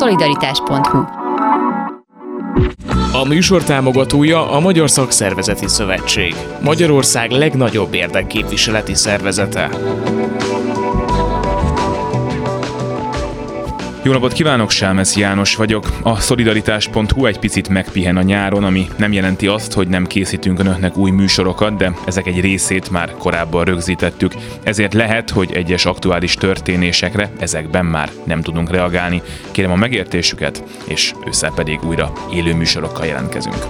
szolidaritás.hu. A műsor támogatója a Magyar Szakszervezeti Szövetség, Magyarország legnagyobb érdekképviseleti szervezete. Jó napot kívánok, Sámesz János vagyok. A szolidaritás.hu egy picit megpihen a nyáron, ami nem jelenti azt, hogy nem készítünk önöknek új műsorokat, de ezek egy részét már korábban rögzítettük. Ezért lehet, hogy egyes aktuális történésekre ezekben már nem tudunk reagálni. Kérem a megértésüket, és ősszel pedig újra élő műsorokkal jelentkezünk.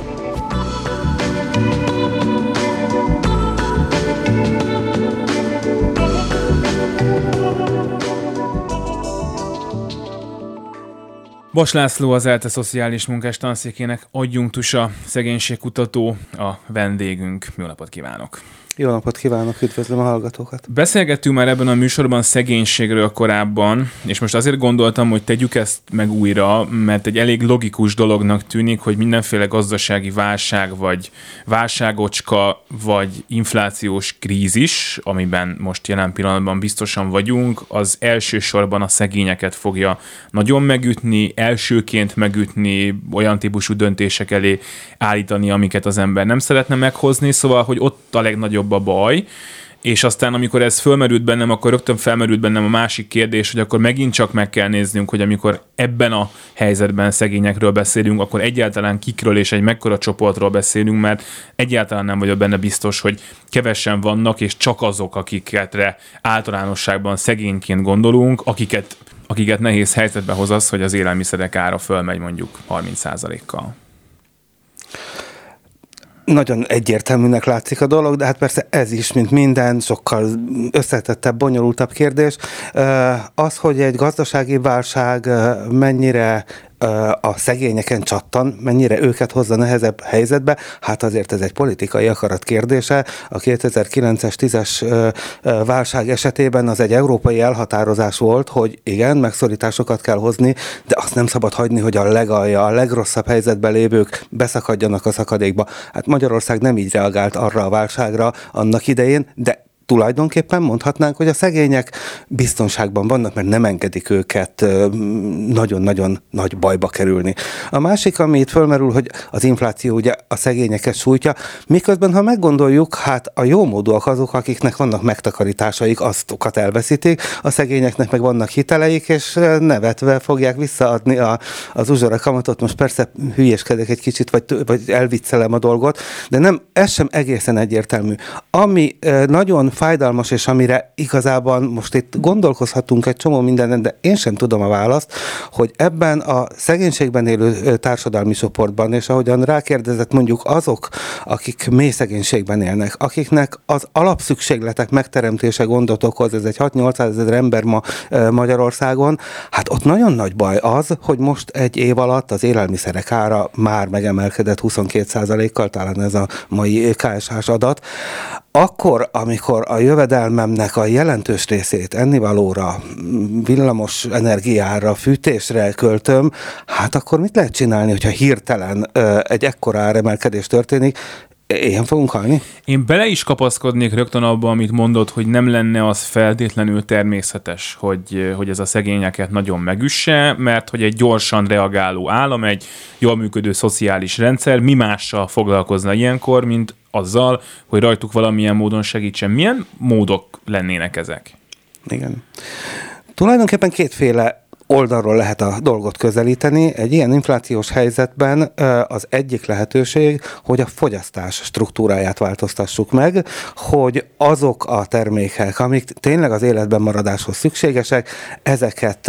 Bas László, az ELTE Szociális Munkás Tanszékének adjunktusa, szegénységkutató a vendégünk. Jó napot kívánok! Jó napot kívánok, üdvözlöm a hallgatókat! Beszélgettünk már ebben a műsorban szegénységről korábban, és most azért gondoltam, hogy tegyük ezt meg újra, mert egy elég logikus dolognak tűnik, hogy mindenféle gazdasági válság, vagy válságocska, vagy inflációs krízis, amiben most jelen pillanatban biztosan vagyunk, az elsősorban a szegényeket fogja nagyon megütni, elsőként megütni, olyan típusú döntések elé állítani, amiket az ember nem szeretne meghozni, szóval, hogy ott a legnagyobb a baj, és aztán amikor ez fölmerült bennem, akkor rögtön felmerült bennem a másik kérdés, hogy akkor megint csak meg kell néznünk, hogy amikor ebben a helyzetben szegényekről beszélünk, akkor egyáltalán kikről és egy mekkora csoportról beszélünk, mert egyáltalán nem vagyok benne biztos, hogy kevesen vannak, és csak azok, akiket általánosságban szegényként gondolunk, akiket nehéz helyzetbe hoz az, hogy az élelmiszerek ára fölmegy mondjuk 30%-kal. Nagyon egyértelműnek látszik a dolog, de hát persze ez is, mint minden, sokkal összetettebb, bonyolultabb kérdés. Az, hogy egy gazdasági válság mennyire a szegényeken csattan, mennyire őket hozza nehezebb helyzetbe, hát azért ez egy politikai akarat kérdése. A 2009-es, 10-es válság esetében az egy európai elhatározás volt, hogy igen, megszorításokat kell hozni, de azt nem szabad hagyni, hogy a legalja, a legrosszabb helyzetben lévők beszakadjanak a szakadékba. Hát Magyarország nem így reagált arra a válságra annak idején, de tulajdonképpen mondhatnánk, hogy a szegények biztonságban vannak, mert nem engedik őket nagyon-nagyon nagy bajba kerülni. A másik, ami itt fölmerül, hogy az infláció ugye a szegényeket sújtja, miközben, ha meggondoljuk, hát a jómódúak azok, akiknek vannak megtakarításaik, aztokat elveszítik, a szegényeknek meg vannak hiteleik, és nevetve fogják visszaadni az uzsora kamatot. Most persze hülyéskedek egy kicsit, vagy elviccelem a dolgot, de nem, ez sem egészen egyértelmű. Ami nagyon fájdalmas, és amire igazából most itt gondolkozhatunk egy csomó mindenen, de én sem tudom a választ, hogy ebben a szegénységben élő társadalmi csoportban, és ahogyan rákérdezett mondjuk azok, akik mély szegénységben élnek, akiknek az alapszükségletek megteremtése gondot okoz, ez egy 6-800 ezer ember ma Magyarországon, hát ott nagyon nagy baj az, hogy most egy év alatt az élelmiszerek ára már megemelkedett 22%-kal, talán ez a mai KSH-s adat. Akkor, amikor a jövedelmemnek a jelentős részét ennivalóra, villamos energiára, fűtésre költöm, hát akkor mit lehet csinálni, hogyha hirtelen egy ekkora áremelkedés történik? Ilyen fogunk halni? Én bele is kapaszkodnék rögtön abba, amit mondod, hogy nem lenne az feltétlenül természetes, hogy ez a szegényeket nagyon megüsse, mert hogy egy gyorsan reagáló állam, egy jól működő szociális rendszer mi mással foglalkozna ilyenkor, mint azzal, hogy rajtuk valamilyen módon segítsen. Milyen módok lennének ezek? Igen. Tulajdonképpen kétféle oldalról lehet a dolgot közelíteni. Egy ilyen inflációs helyzetben az egyik lehetőség, hogy a fogyasztás struktúráját változtassuk meg, hogy azok a termékek, amik tényleg az életben maradáshoz szükségesek, ezeket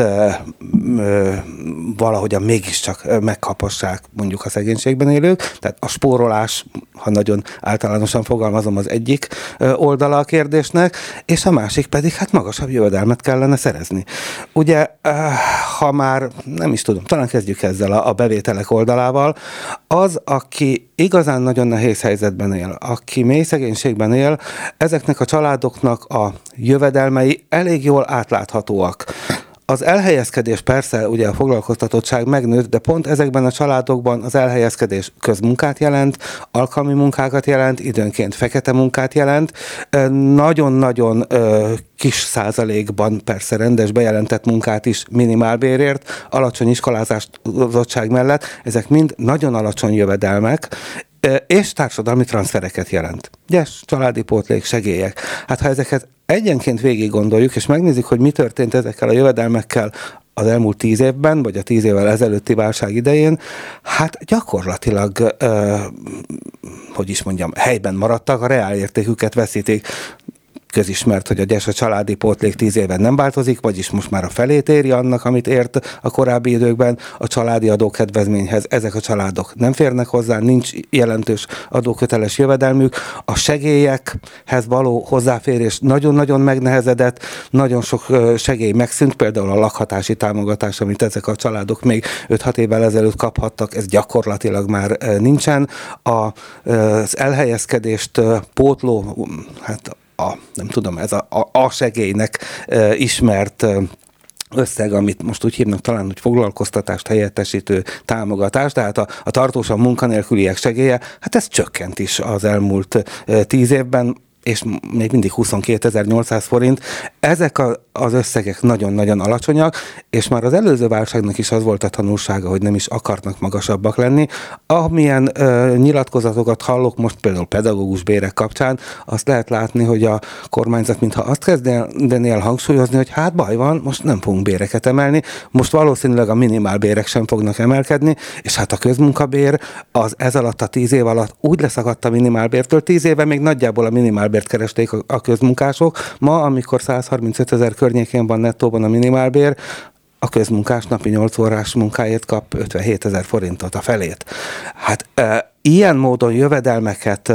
valahogyan mégiscsak megkapassák mondjuk a szegénységben élők. Tehát a spórolás, ha nagyon általánosan fogalmazom, az egyik oldala a kérdésnek, és a másik pedig hát magasabb jövedelmet kellene szerezni. Ugye ha már, nem is tudom, talán kezdjük ezzel a bevételek oldalával, az, aki igazán nagyon nehéz helyzetben él, aki mély szegénységben él, ezeknek a családoknak a jövedelmei elég jól átláthatóak. Az elhelyezkedés persze, ugye a foglalkoztatottság megnőtt, de pont ezekben a családokban az elhelyezkedés közmunkát jelent, alkalmi munkákat jelent, időnként fekete munkát jelent. Nagyon-nagyon kis százalékban persze rendes bejelentett munkát is minimálbérért, alacsony iskolázottság mellett, ezek mind nagyon alacsony jövedelmek, és társadalmi transzfereket jelent. Gyes, családi pótlék, segélyek. Hát ha ezeket egyenként végig gondoljuk, és megnézzük, hogy mi történt ezekkel a jövedelmekkel az elmúlt 10 évben, vagy a 10 évvel ezelőtti válság idején, hát gyakorlatilag, helyben maradtak, a reálértéküket veszítik. Közismert, hogy a gyes a családi pótlék 10 éven nem változik, vagyis most már a felét éri annak, amit ért a korábbi időkben. A családi adókedvezményhez ezek a családok nem férnek hozzá, nincs jelentős adóköteles jövedelmük. A segélyekhez való hozzáférés nagyon-nagyon megnehezedett, nagyon sok segély megszűnt, például a lakhatási támogatás, amit ezek a családok még 5-6 évvel ezelőtt kaphattak, ez gyakorlatilag már nincsen. Az elhelyezkedést pótló, ez a segélynek ismert összeg, amit most úgy hívnak talán, hogy foglalkoztatást helyettesítő támogatás, tehát a tartósan munkanélküliek segélye, hát ez csökkent is az elmúlt 10 évben, és még mindig 22.800 forint. Ezek az összegek nagyon-nagyon alacsonyak, és már az előző válságnak is az volt a tanulsága, hogy nem is akarnak magasabbak lenni. Amilyen nyilatkozatokat hallok most például pedagógus bérek kapcsán, azt lehet látni, hogy a kormányzat mintha azt kezdené el hangsúlyozni, hogy hát baj van, most nem fogunk béreket emelni, most valószínűleg a minimálbérek sem fognak emelkedni, és hát a közmunkabér az ez alatt a 10 év alatt úgy leszakadt a minimálbértől, 10 éve még nagyjából a minimálbért keresték a közmunkások. Ma, amikor 135 000 környékén van nettóban a minimálbér, a közmunkás napi 8 órás munkáért kap 57 000 forintot, a felét. Hát ilyen módon jövedelmeket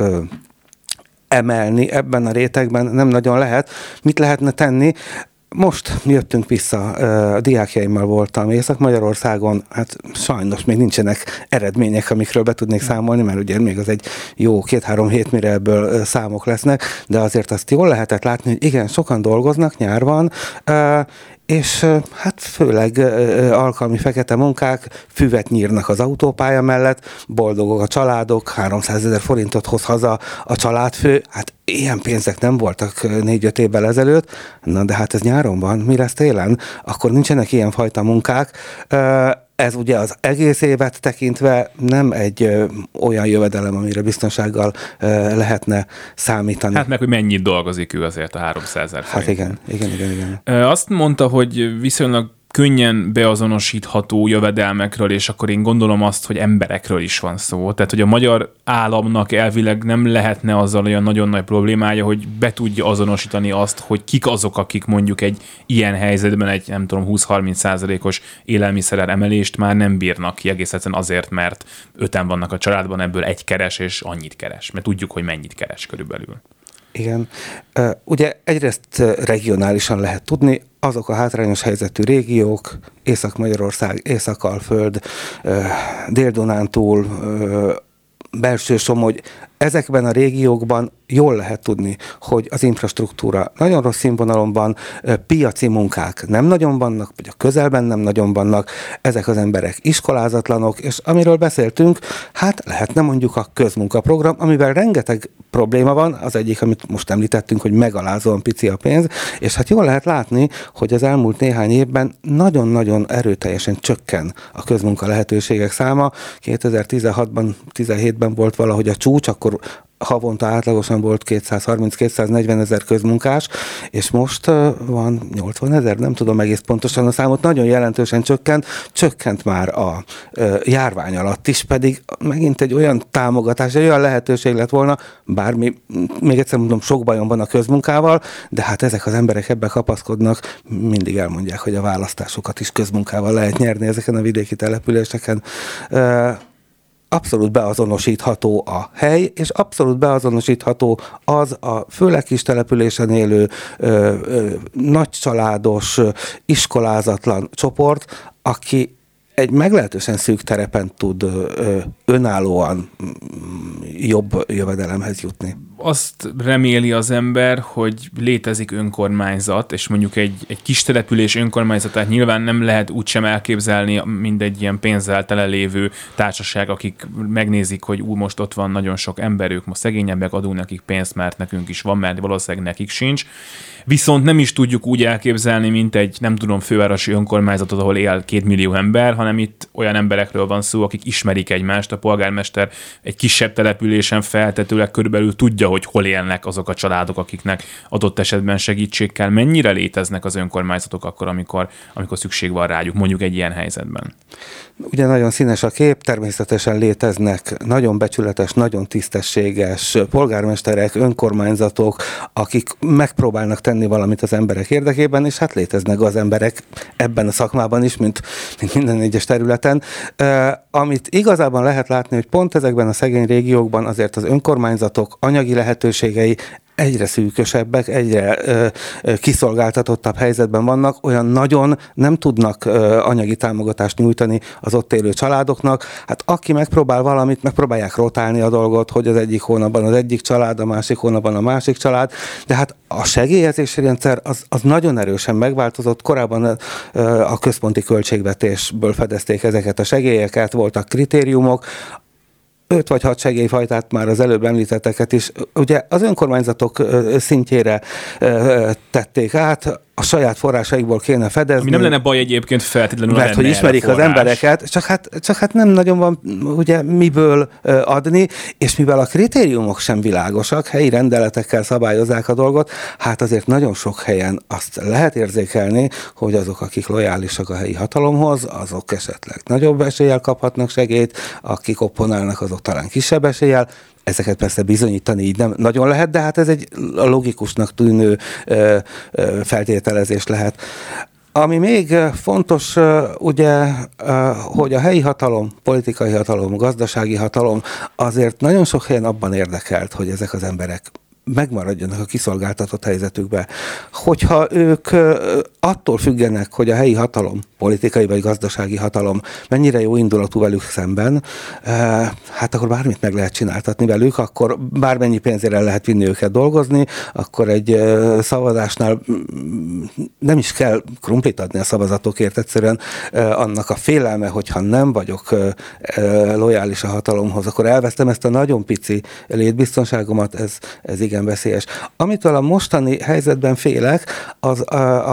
emelni ebben a rétegben nem nagyon lehet. Mit lehetne tenni? Most jöttünk vissza, a diákjaimmal voltam Észak-Magyarországon, hát sajnos még nincsenek eredmények, amikről be tudnék számolni, mert ugye még az egy jó 2-3 hét, mire ebből számok lesznek, de azért azt jól lehetett látni, hogy igen, sokan dolgoznak, nyár van, és hát főleg alkalmi fekete munkák, füvet nyírnak az autópálya mellett, boldogok a családok, 300 000 forintot hoz haza a családfő, hát ilyen pénzek nem voltak 4-5 évvel ezelőtt, na de hát ez nyáron van, mi lesz télen? Akkor nincsenek ilyenfajta munkák. Ez ugye az egész évet tekintve nem egy olyan jövedelem, amire biztonsággal lehetne számítani. Hát meg, hogy mennyit dolgozik ő azért a 300 000 forint. Hát igen. Azt mondta, hogy viszonylag könnyen beazonosítható jövedelmekről, és akkor én gondolom azt, hogy emberekről is van szó. Tehát, hogy a magyar államnak elvileg nem lehetne azzal olyan nagyon nagy problémája, hogy be tudja azonosítani azt, hogy kik azok, akik mondjuk egy ilyen helyzetben egy, 20-30%-os élelmiszerár emelést már nem bírnak ki, egész egyszerűen azért, mert 5-en vannak a családban, ebből egy keres, és annyit keres. Mert tudjuk, hogy mennyit keres körülbelül. Igen. Ugye egyrészt regionálisan lehet tudni, azok a hátrányos helyzetű régiók, Észak-Magyarország, Észak-Alföld, Dél-Dunántúl, Belső-Somogy, ezekben a régiókban jól lehet tudni, hogy az infrastruktúra nagyon rossz színvonalon van, piaci munkák nem nagyon vannak, vagy a közelben nem nagyon vannak, ezek az emberek iskolázatlanok, és amiről beszéltünk, hát lehetne mondjuk a közmunkaprogram, amivel rengeteg probléma van, az egyik, amit most említettünk, hogy megalázóan pici a pénz, és hát jól lehet látni, hogy az elmúlt néhány évben nagyon-nagyon erőteljesen csökken a közmunka lehetőségek száma. 2016-ban, 17-ben volt valahogy a csúcs, akkor havonta átlagosan volt 230-240 000 közmunkás, és most van 80 000, nem tudom egész pontosan a számot, nagyon jelentősen csökkent már a járvány alatt is, pedig megint egy olyan támogatás, egy olyan lehetőség lett volna, bármi, még egyszer mondom, sok bajom van a közmunkával, de hát ezek az emberek ebbe kapaszkodnak, mindig elmondják, hogy a választásokat is közmunkával lehet nyerni ezeken a vidéki településeken. Abszolút beazonosítható a hely, és abszolút beazonosítható az a főleg kis településen élő nagycsaládos, iskolázatlan csoport, aki egy meglehetősen szűk terepen tud önállóan jobb jövedelemhez jutni. azt reméli az ember, hogy létezik önkormányzat, és mondjuk egy kis település önkormányzatát nyilván nem lehet úgysem elképzelni, mint egy ilyen pénzzel telelévő társaság, akik megnézik, hogy most ott van nagyon sok ember, ők most szegényebbek, adunk nekik pénzt, mert nekünk is van, mert valószínűleg nekik sincs. Viszont nem is tudjuk úgy elképzelni, mint egy, nem tudom, fővárosi önkormányzatot, ahol él 2 millió ember, hanem itt olyan emberekről van szó, akik ismerik egymást. A polgármester egy kisebb településen feltetőleg körülbelül tudja, hogy hol élnek azok a családok, akiknek adott esetben segítség kell. Mennyire léteznek az önkormányzatok akkor, amikor szükség van rájuk, mondjuk egy ilyen helyzetben? Ugye nagyon színes a kép, természetesen léteznek nagyon becsületes, nagyon tisztességes polgármesterek, önkormányzatok, akik megpróbálnak tenni valamit az emberek érdekében, és hát léteznek az emberek ebben a szakmában is, mint minden egyes területen. Amit igazában lehet látni, hogy pont ezekben a szegény régiókban azért az önkormányzatok anyagi lehetőségei egyre szűkösebbek, egyre kiszolgáltatottabb helyzetben vannak, olyan nagyon nem tudnak anyagi támogatást nyújtani az ott élő családoknak. Hát aki megpróbál valamit, megpróbálják rotálni a dolgot, hogy az egyik hónapban az egyik család, a másik hónapban a másik család, de hát a segélyezési rendszer az nagyon erősen megváltozott. Korábban a központi költségvetésből fedezték ezeket a segélyeket, voltak kritériumok, 5 vagy 6 segélyfajtát már az előbb említetteket is, ugye az önkormányzatok szintjére tették át, a saját forrásaikból kéne fedezni. Mi nem lenne baj egyébként feltétlenül, mert hogy ismerik az embereket, csak hát nem nagyon van ugye miből adni, és mivel a kritériumok sem világosak, helyi rendeletekkel szabályozzák a dolgot, hát azért nagyon sok helyen azt lehet érzékelni, hogy azok, akik lojálisak a helyi hatalomhoz, azok esetleg nagyobb eséllyel kaphatnak segélyt, akik opponálnak, azok talán kisebb eséllyel. Ezeket persze bizonyítani így nem nagyon lehet, de hát ez egy logikusnak tűnő feltételezés lehet. Ami még fontos, ugye, hogy a helyi hatalom, politikai hatalom, gazdasági hatalom azért nagyon sok helyen abban érdekelt, hogy ezek az emberek megmaradjanak a kiszolgáltatott helyzetükbe. Hogyha ők attól függenek, hogy a helyi hatalom, politikai vagy gazdasági hatalom mennyire jó indulatú velük szemben, hát akkor bármit meg lehet csináltatni velük, akkor bármennyi pénzért el lehet vinni őket dolgozni, akkor egy szavazásnál nem is kell krumplit adni a szavazatokért, egyszerűen annak a félelme, hogyha nem vagyok lojális a hatalomhoz, akkor elvesztem ezt a nagyon pici létbiztonságomat, ez igen veszélyes. Amitől a mostani helyzetben félek, az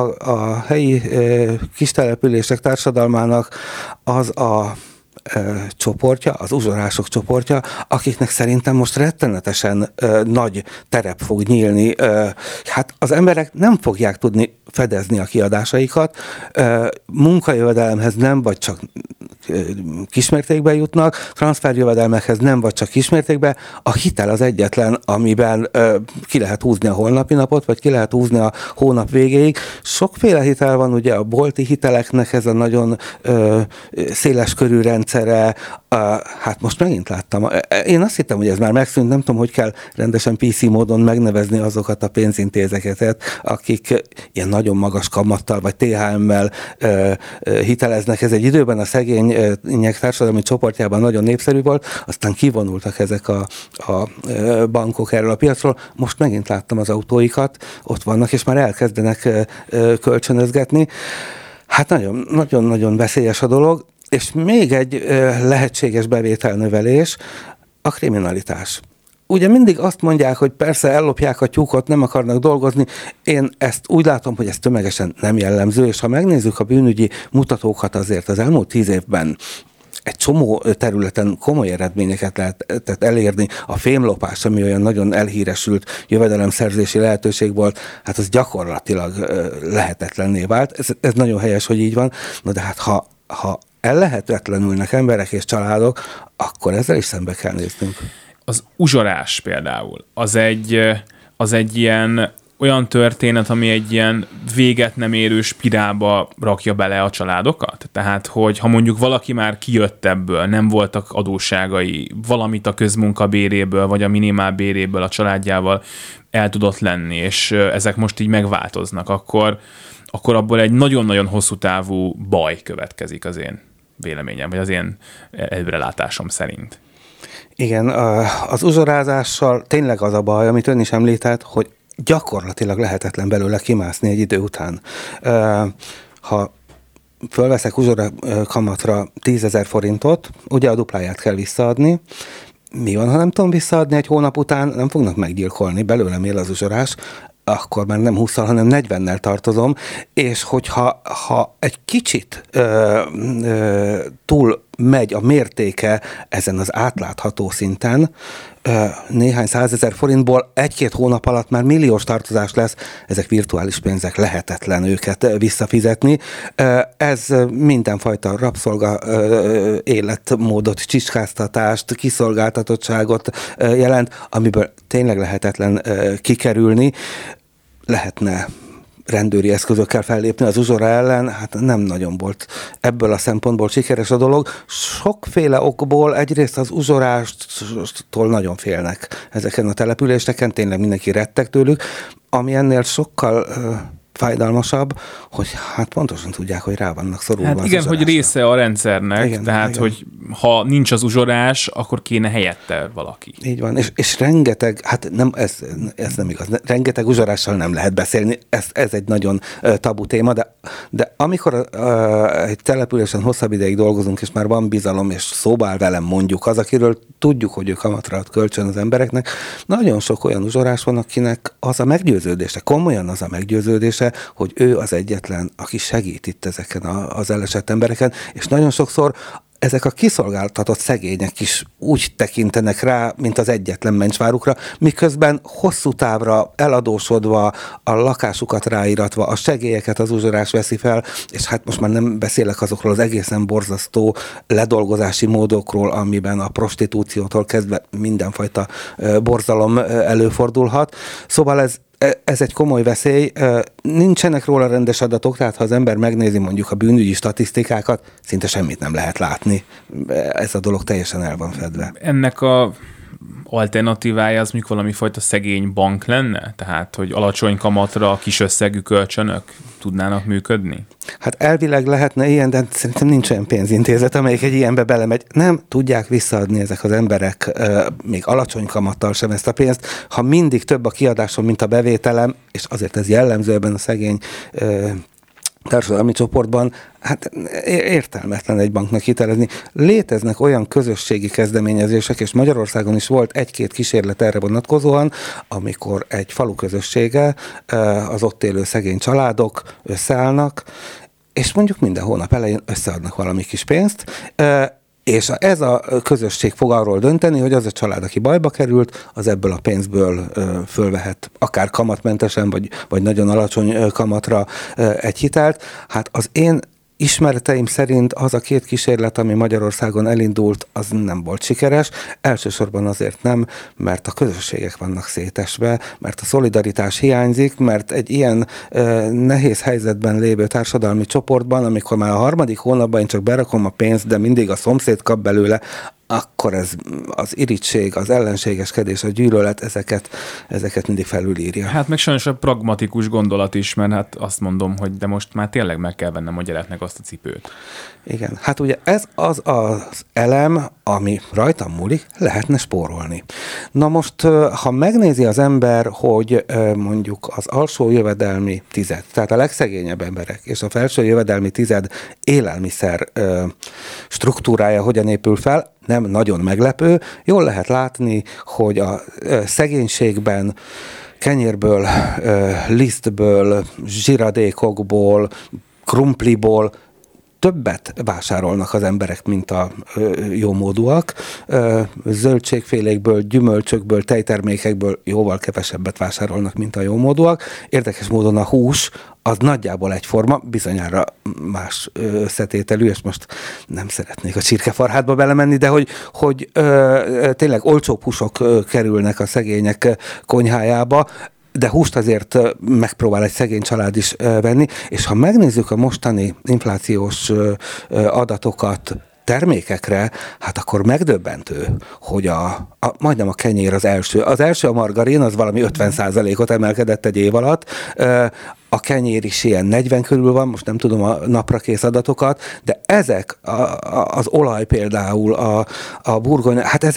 a helyi kistelepülések társadalmának az a csoportja, az uzsorások csoportja, akiknek szerintem most rettenetesen nagy terep fog nyílni. Hát az emberek nem fogják tudni fedezni a kiadásaikat, munkajövedelemhez nem vagy csak kismértékben jutnak, transferjövedelmekhez nem vagy csak kismértékben, a hitel az egyetlen, amiben ki lehet húzni a holnapi napot, vagy ki lehet húzni a hónap végéig. Sokféle hitel van, ugye a bolti hiteleknek ez a nagyon széles körű rendszere, hát most megint láttam. Én azt hittem, hogy ez már megszűnt, nem tudom, hogy kell rendesen PC módon megnevezni azokat a pénzintézeteket, akik ilyen nagyon magas kamattal, vagy THM-mel hiteleznek. Ez egy időben a szegények társadalmi csoportjában nagyon népszerű volt, aztán kivonultak ezek a bankok erről a piacról. Most megint láttam az autóikat, ott vannak, és már elkezdenek kölcsönözgetni. Hát nagyon-nagyon veszélyes a dolog. És még egy lehetséges bevételnövelés, a kriminalitás. Ugye mindig azt mondják, hogy persze ellopják a tyúkot, nem akarnak dolgozni. Én ezt úgy látom, hogy ez tömegesen nem jellemző, és ha megnézzük a bűnügyi mutatókat, azért az elmúlt 10 évben egy csomó területen komoly eredményeket lehetett elérni. A fémlopás, ami olyan nagyon elhíresült jövedelemszerzési lehetőség volt, hát az gyakorlatilag lehetetlenné vált. Ez nagyon helyes, hogy így van. Na de hát ha ellehetetlenülnek emberek és családok, akkor ezzel is szembe kell néznünk. Az uzsorás például, az egy ilyen olyan történet, ami egy ilyen véget nem érő spirálba rakja bele a családokat? Tehát, hogy ha mondjuk valaki már kijött ebből, nem voltak adósságai, valamit a közmunkabéréből, vagy a minimálbéréből a családjával el tudott lenni, és ezek most így megváltoznak, akkor abból egy nagyon-nagyon hosszú távú baj következik az én véleményem, vagy az én előrelátásom szerint. Igen, az uzsorázással tényleg az a baj, amit ön is említett, hogy gyakorlatilag lehetetlen belőle kimászni egy idő után. Ha fölveszek uzsora kamatra 10 000 forintot, ugye a dupláját kell visszaadni. Mi van, ha nem tudom visszaadni egy hónap után? Nem fognak meggyilkolni, belőlem él az uzsorás, akkor már nem 20-al, hanem 40-nel tartozom, és hogyha egy kicsit túl megy a mértéke ezen az átlátható szinten, néhány 100 000 forintból 1-2 hónap alatt már milliós tartozás lesz, ezek virtuális pénzek, lehetetlen őket visszafizetni. Ez mindenfajta rabszolga életmódot, csicskáztatást, kiszolgáltatottságot jelent, amiből tényleg lehetetlen kikerülni. Lehetne rendőri eszközökkel fellépni az uzsora ellen, hát nem nagyon volt ebből a szempontból sikeres a dolog. Sokféle okból, egyrészt az uzsorástól nagyon félnek ezeken a településeken, tényleg mindenki retteg tőlük, ami ennél sokkal fájdalmasabb, hogy hát pontosan tudják, hogy rá vannak szorulva. Hát igen, hogy része a rendszernek, igen, tehát igen. Hogy ha nincs az uzsorás, akkor kéne helyette valaki. Így van, és rengeteg, hát nem, ez nem igaz, rengeteg uzsorással nem lehet beszélni, ez egy nagyon tabu téma, de amikor egy településen hosszabb ideig dolgozunk, és már van bizalom, és szóba áll velem mondjuk az, akiről tudjuk, hogy ő kamatra ad kölcsön az embereknek, nagyon sok olyan uzsorás van, akinek az a meggyőződése, komolyan az a meggyőződése, hogy ő az egyetlen, aki segít itt ezeken az elesett embereken, és nagyon sokszor ezek a kiszolgáltatott szegények is úgy tekintenek rá, mint az egyetlen mencsvárukra, miközben hosszú távra eladósodva, a lakásukat ráíratva, a segélyeket az uzsorás veszi fel, és hát most már nem beszélek azokról az egészen borzasztó ledolgozási módokról, amiben a prostitúciótól kezdve mindenfajta borzalom előfordulhat. Szóval ez egy komoly veszély. Nincsenek róla rendes adatok, tehát ha az ember megnézi mondjuk a bűnügyi statisztikákat, szinte semmit nem lehet látni. Ez a dolog teljesen el van fedve. Ennek a alternatívája az mikor valami fajta szegény bank lenne? Tehát, hogy alacsony kamatra kis összegű kölcsönök tudnának működni? Hát elvileg lehetne ilyen, de szerintem nincs olyan pénzintézet, amelyik egy ilyenbe belemegy. Nem tudják visszaadni ezek az emberek még alacsony kamattal sem ezt a pénzt. Ha mindig több a kiadásom, mint a bevételem, és azért ez jellemző ebben a szegény társadalmi csoportban, hát értelmetlen egy banknak hitelezni. Léteznek olyan közösségi kezdeményezések, és Magyarországon is volt 1-2 kísérlet erre vonatkozóan, amikor egy falu közössége, az ott élő szegény családok összeállnak, és mondjuk minden hónap elején összeadnak valami kis pénzt, és ez a közösség fog arról dönteni, hogy az a család, aki bajba került, az ebből a pénzből fölvehet akár kamatmentesen, vagy nagyon alacsony kamatra egy hitelt. Hát az én ismereteim szerint az a 2 kísérlet, ami Magyarországon elindult, az nem volt sikeres. Elsősorban azért nem, mert a közösségek vannak szétesve, mert a szolidaritás hiányzik, mert egy ilyen nehéz helyzetben lévő társadalmi csoportban, amikor már a 3. hónapban én csak berakom a pénzt, de mindig a szomszéd kap belőle, akkor ez az irigység, az ellenségeskedés, a gyűlölet, ezeket mindig felülírja. Hát meg sajnos a pragmatikus gondolat is, mert hát azt mondom, hogy de most már tényleg meg kell vennem a gyereknek azt a cipőt. Igen, hát ugye ez az elem, ami rajtam múlik, lehetne spórolni. Na most, ha megnézi az ember, hogy mondjuk az alsó jövedelmi tized, tehát a legszegényebb emberek és a felső jövedelmi tized élelmiszer struktúrája hogyan épül fel, nem nagyon meglepő. Jól lehet látni, hogy a szegénységben kenyérből, lisztből, zsiradékokból, krumpliból többet vásárolnak az emberek, mint a jómódúak. Zöldségfélékből, gyümölcsökből, tejtermékekből jóval kevesebbet vásárolnak, mint a jómódúak. Érdekes módon a hús az nagyjából egyforma, bizonyára más összetételű, és most nem szeretnék a csirkefarhátba belemenni, de hogy tényleg olcsóbb húsok kerülnek a szegények konyhájába, de húst azért megpróbál egy szegény család is venni, és ha megnézzük a mostani inflációs adatokat termékekre, hát akkor megdöbbentő, hogy majdnem a kenyér az első. Az első a margarin, az valami 50%-ot emelkedett egy év alatt, a kenyér is ilyen 40 körül van, most nem tudom a napra kész adatokat, de ezek, az olaj például, a burgonya, hát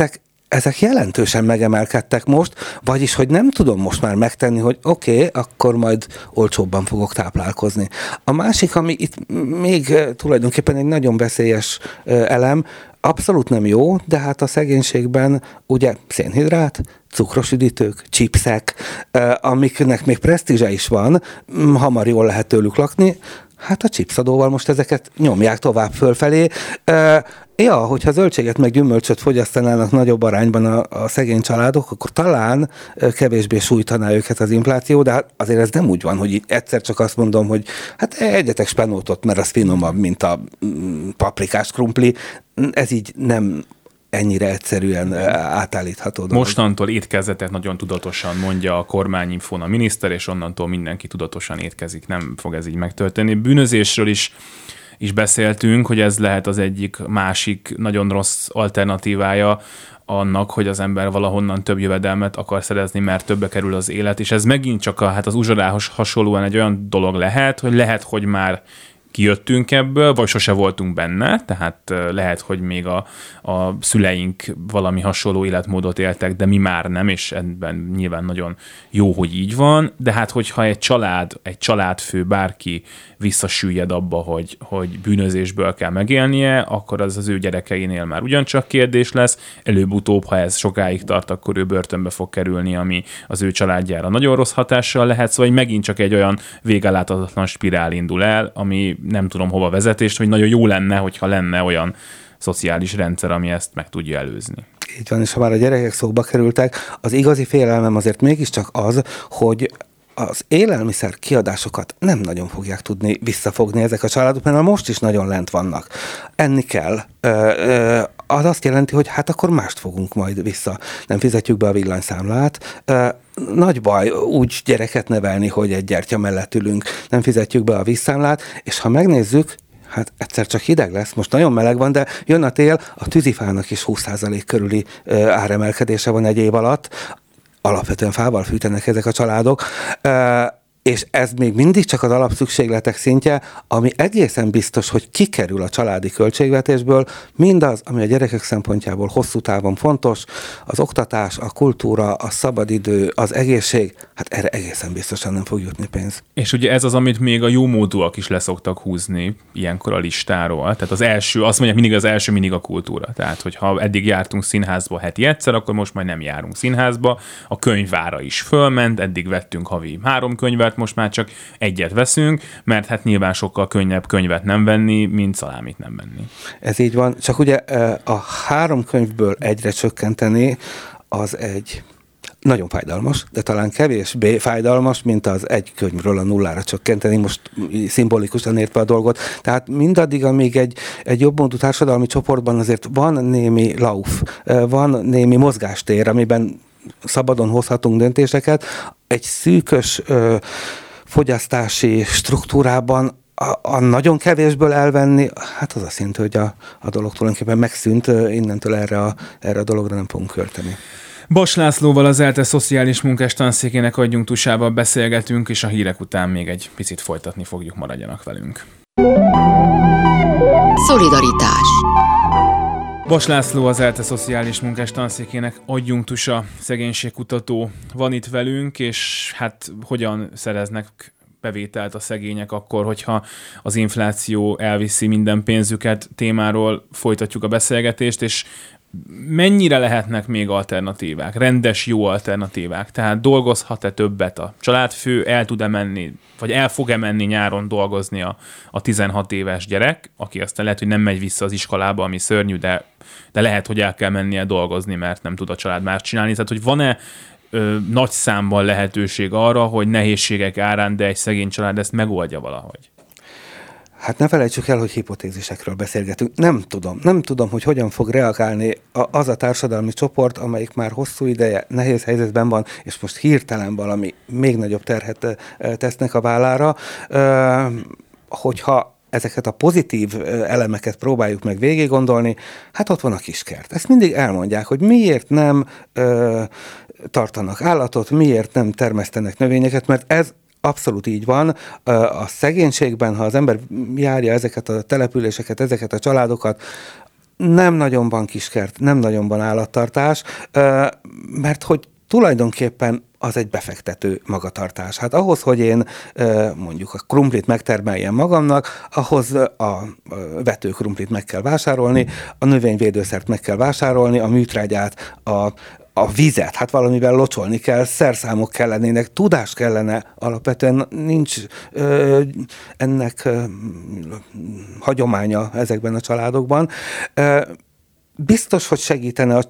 ezek jelentősen megemelkedtek most, vagyis, hogy nem tudom most már megtenni, hogy oké, akkor majd olcsóbban fogok táplálkozni. A másik, ami itt még tulajdonképpen egy nagyon veszélyes elem, abszolút nem jó, de hát a szegénységben ugye szénhidrát, cukros üdítők, chipsek, amiknek még presztízse is van, hamar jól lehet tőlük lakni, hát a chipsadóval most ezeket nyomják tovább fölfelé. Hogyha zöldséget meg gyümölcsöt fogyasztanának nagyobb arányban a szegény családok, akkor talán kevésbé sújtaná őket az infláció, de hát azért ez nem úgy van, hogy egyszer csak azt mondom, hogy hát egyetek spenótot, mert az finomabb, mint a paprikás krumpli. Ez így nem ennyire egyszerűen átállítható dolog. Mostantól étkezzetek nagyon tudatosan, mondja a kormányinfón a miniszter, és onnantól mindenki tudatosan étkezik. Nem fog ez így megtörténni. Bűnözésről is beszéltünk, hogy ez lehet az egyik másik nagyon rossz alternatívája annak, hogy az ember valahonnan több jövedelmet akar szerezni, mert többe kerül az élet, és ez megint csak az uzsorához hasonlóan egy olyan dolog lehet, hogy már kijöttünk ebből, vagy sose voltunk benne, tehát lehet, hogy még a szüleink valami hasonló életmódot éltek, de mi már nem, és ebben nyilván nagyon jó, hogy így van, de hát hogyha egy családfő, bárki visszasüllyed abba, hogy bűnözésből kell megélnie, akkor az ő gyerekeinél már ugyancsak kérdés lesz, előbb-utóbb, ha ez sokáig tart, akkor ő börtönbe fog kerülni, ami az ő családjára nagyon rossz hatással lehet, szóval megint csak egy olyan végeláthatatlan spirál indul el, ami nem tudom hova vezetést, hogy nagyon jó lenne, hogyha lenne olyan szociális rendszer, ami ezt meg tudja előzni. Így van, és ha már a gyerekek szóba kerültek, az igazi félelmem azért mégiscsak az, hogy az élelmiszer kiadásokat nem nagyon fogják tudni visszafogni ezek a családok, mert most is nagyon lent vannak. Enni kell. Az azt jelenti, hogy hát akkor mást fogunk majd vissza. Nem fizetjük be a villanyszámlát. Nagy baj úgy gyereket nevelni, hogy egy gyertya mellett ülünk. Nem fizetjük be a vízszámlát, és ha megnézzük, hát egyszer csak hideg lesz, most nagyon meleg van, de jön a tél, a tűzifának is 20% körüli áremelkedése van egy év alatt. Alapvetően fával fűtenek ezek a családok, és ez még mindig csak az alapszükségletek szintje, ami egészen biztos, hogy kikerül a családi költségvetésből, mindaz, ami a gyerekek szempontjából hosszú távon fontos, az oktatás, a kultúra, a szabadidő, az egészség, hát erre egészen biztosan nem fog jutni pénz. És ugye ez az, amit még a jómódúak is leszoktak húzni ilyenkor a listáról. Tehát az első, azt mondják mindig, az első mindig a kultúra. Tehát, hogyha eddig jártunk színházba heti egyszer, akkor most majd nem járunk színházba. A könyvára is fölment, eddig vettünk havi 3 könyvet, most már csak egyet veszünk, mert hát nyilván sokkal könnyebb könyvet nem venni, mint szalámit nem venni. Ez így van, csak ugye a 3 könyvből egyre csökkenteni, az egy nagyon fájdalmas, de talán kevésbé fájdalmas, mint az egy könyvről a 0-ra csökkenteni, most szimbolikusan értve a dolgot. Tehát mindaddig, amíg egy jobbmódú társadalmi csoportban azért van némi lauf, van némi mozgástér, amiben szabadon hozhatunk döntéseket, egy szűkös fogyasztási struktúrában a nagyon kevésből elvenni, hát az azt jelenti, hogy a dolog tulajdonképpen megszűnt, innentől erre a dologra nem fogunk költeni. Bas Lászlóval, az ELTE szociális munkás tanszékének adjunktusával beszélgetünk, és a hírek után még egy picit folytatni fogjuk, maradjanak velünk. Szolidaritás. Bas László, az ELTE szociális munkás tanszékének adjunktusa, szegénységkutató van itt velünk, és hát hogyan szereznek bevételt a szegények akkor, hogyha az infláció elviszi minden pénzüket, témáról folytatjuk a beszélgetést, és mennyire lehetnek még alternatívák, rendes, jó alternatívák? Tehát dolgozhat-e többet a családfő, el tud-e menni, vagy el fog-e menni nyáron dolgozni a 16 éves gyerek, aki aztán lehet, hogy nem megy vissza az iskolába, ami szörnyű, de lehet, hogy el kell mennie dolgozni, mert nem tud a család más csinálni. Tehát, hogy van-e nagy számban lehetőség arra, hogy nehézségek árán, de egy szegény család ezt megoldja valahogy? Hát ne felejtsük el, hogy hipotézisekről beszélgetünk. Nem tudom, hogy hogyan fog reagálni az a társadalmi csoport, amelyik már hosszú ideje nehéz helyzetben van, és most hirtelen valami még nagyobb terhet tesznek a vállára. Hogyha ezeket a pozitív elemeket próbáljuk meg végig gondolni, hát ott van a kiskert. Ezt mindig elmondják, hogy miért nem tartanak állatot, miért nem termesztenek növényeket, mert ez abszolút így van. A szegénységben, ha az ember járja ezeket a településeket, ezeket a családokat, nem nagyon van kiskert, nem nagyon van állattartás, mert hogy tulajdonképpen az egy befektető magatartás. Hát ahhoz, hogy én mondjuk a krumplit megtermeljem magamnak, ahhoz a vetőkrumplit meg kell vásárolni, a növényvédőszert meg kell vásárolni, a műtrágyát, a vizet, hát valamivel locsolni kell, szerszámok kellenének, tudás kellene, alapvetően nincs ennek hagyománya ezekben a családokban. Biztos, hogy segítene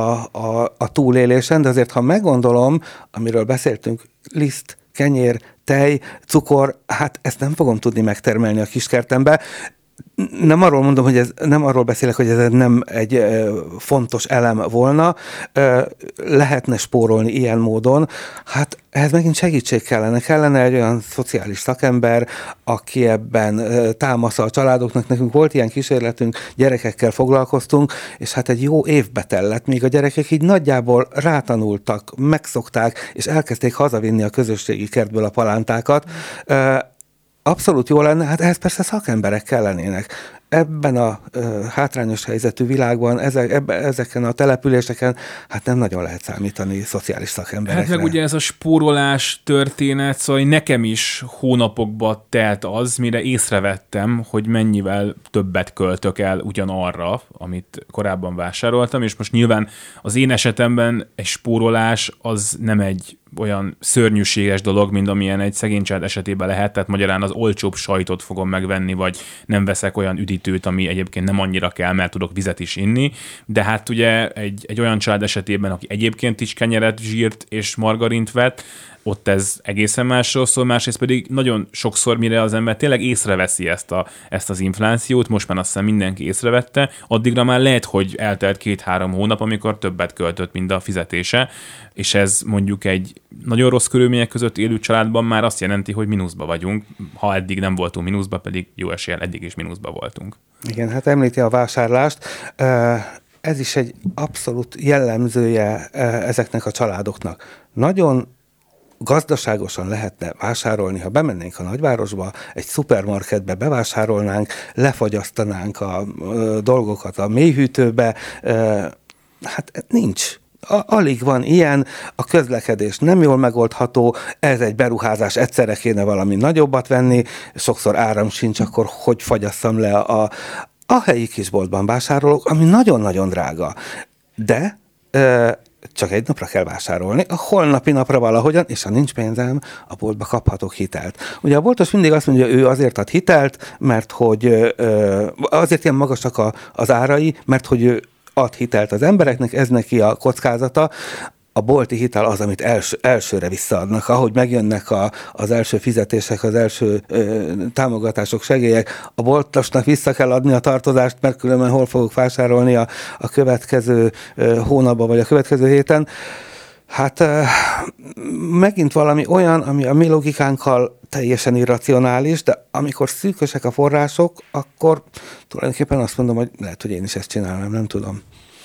a túlélésen, de azért, ha meggondolom, amiről beszéltünk, liszt, kenyér, tej, cukor, hát ezt nem fogom tudni megtermelni a kiskertembe. Nem arról mondom, hogy nem arról beszélek, hogy ez nem egy fontos elem volna, lehetne spórolni ilyen módon. Hát ehhez megint segítség kellene egy olyan szociális szakember, aki ebben támasza a családoknak. Nekünk volt ilyen kísérletünk, gyerekekkel foglalkoztunk, és hát egy jó évbe tellett, míg a gyerekek így nagyjából rátanultak, megszokták, és elkezdték hazavinni a közösségi kertből a palántákat. Abszolút jó lenne, hát ehhez persze szakemberek kellenének. Ebben a hátrányos helyzetű világban, ezeken a településeken, hát nem nagyon lehet számítani szociális szakemberekre. Hát meg ugye ez a spórolás történet, szóval nekem is hónapokba telt az, mire észrevettem, hogy mennyivel többet költök el ugyanarra, amit korábban vásároltam, és most nyilván az én esetemben egy spórolás az nem egy olyan szörnyűséges dolog, mint amilyen egy szegény család esetében lehet, tehát magyarán az olcsóbb sajtot fogom megvenni, vagy nem veszek olyan üdítőt, ami egyébként nem annyira kell, mert tudok vizet is inni, de hát ugye egy olyan család esetében, aki egyébként is kenyeret, zsírt és margarint vett, ott ez egészen másról szól, másrészt pedig nagyon sokszor, mire az ember tényleg észreveszi ezt az inflációt, most már azt hiszem mindenki észrevette, addigra már lehet, hogy eltelt 2-3 hónap, amikor többet költött, mint a fizetése, és ez mondjuk egy nagyon rossz körülmények között élő családban már azt jelenti, hogy mínuszba vagyunk, ha eddig nem voltunk mínuszba, pedig jó eséllyel eddig is mínuszba voltunk. Igen, hát említi a vásárlást. Ez is egy abszolút jellemzője ezeknek a családoknak. Nagyon gazdaságosan lehetne vásárolni, ha bemennénk a nagyvárosba, egy szupermarketbe bevásárolnánk, lefagyasztanánk a dolgokat a mélyhűtőbe, hát nincs. Alig van ilyen, a közlekedés nem jól megoldható, ez egy beruházás, egyszerre kéne valami nagyobbat venni, sokszor áram sincs, akkor hogy fagyasszam le a helyi kisboltban vásárolok, ami nagyon-nagyon drága. De csak egy napra kell vásárolni, a holnapi napra valahogyan, és ha nincs pénzem, a boltba kaphatok hitelt. Ugye a boltos mindig azt mondja, ő azért ad hitelt, mert hogy azért ilyen magasak az árai, mert hogy ő ad hitelt az embereknek, ez neki a kockázata. A bolti hitel az, amit elsőre visszaadnak. Ahogy megjönnek az első fizetések, az első támogatások, segélyek, a boltosnak vissza kell adni a tartozást, mert különben hol fogok vásárolni a következő hónapban, vagy a következő héten. Hát megint valami olyan, ami a mi logikánkkal teljesen irracionális, de amikor szűkösek a források, akkor tulajdonképpen azt mondom, hogy lehet, hogy én is ezt csinálnám, nem tudom.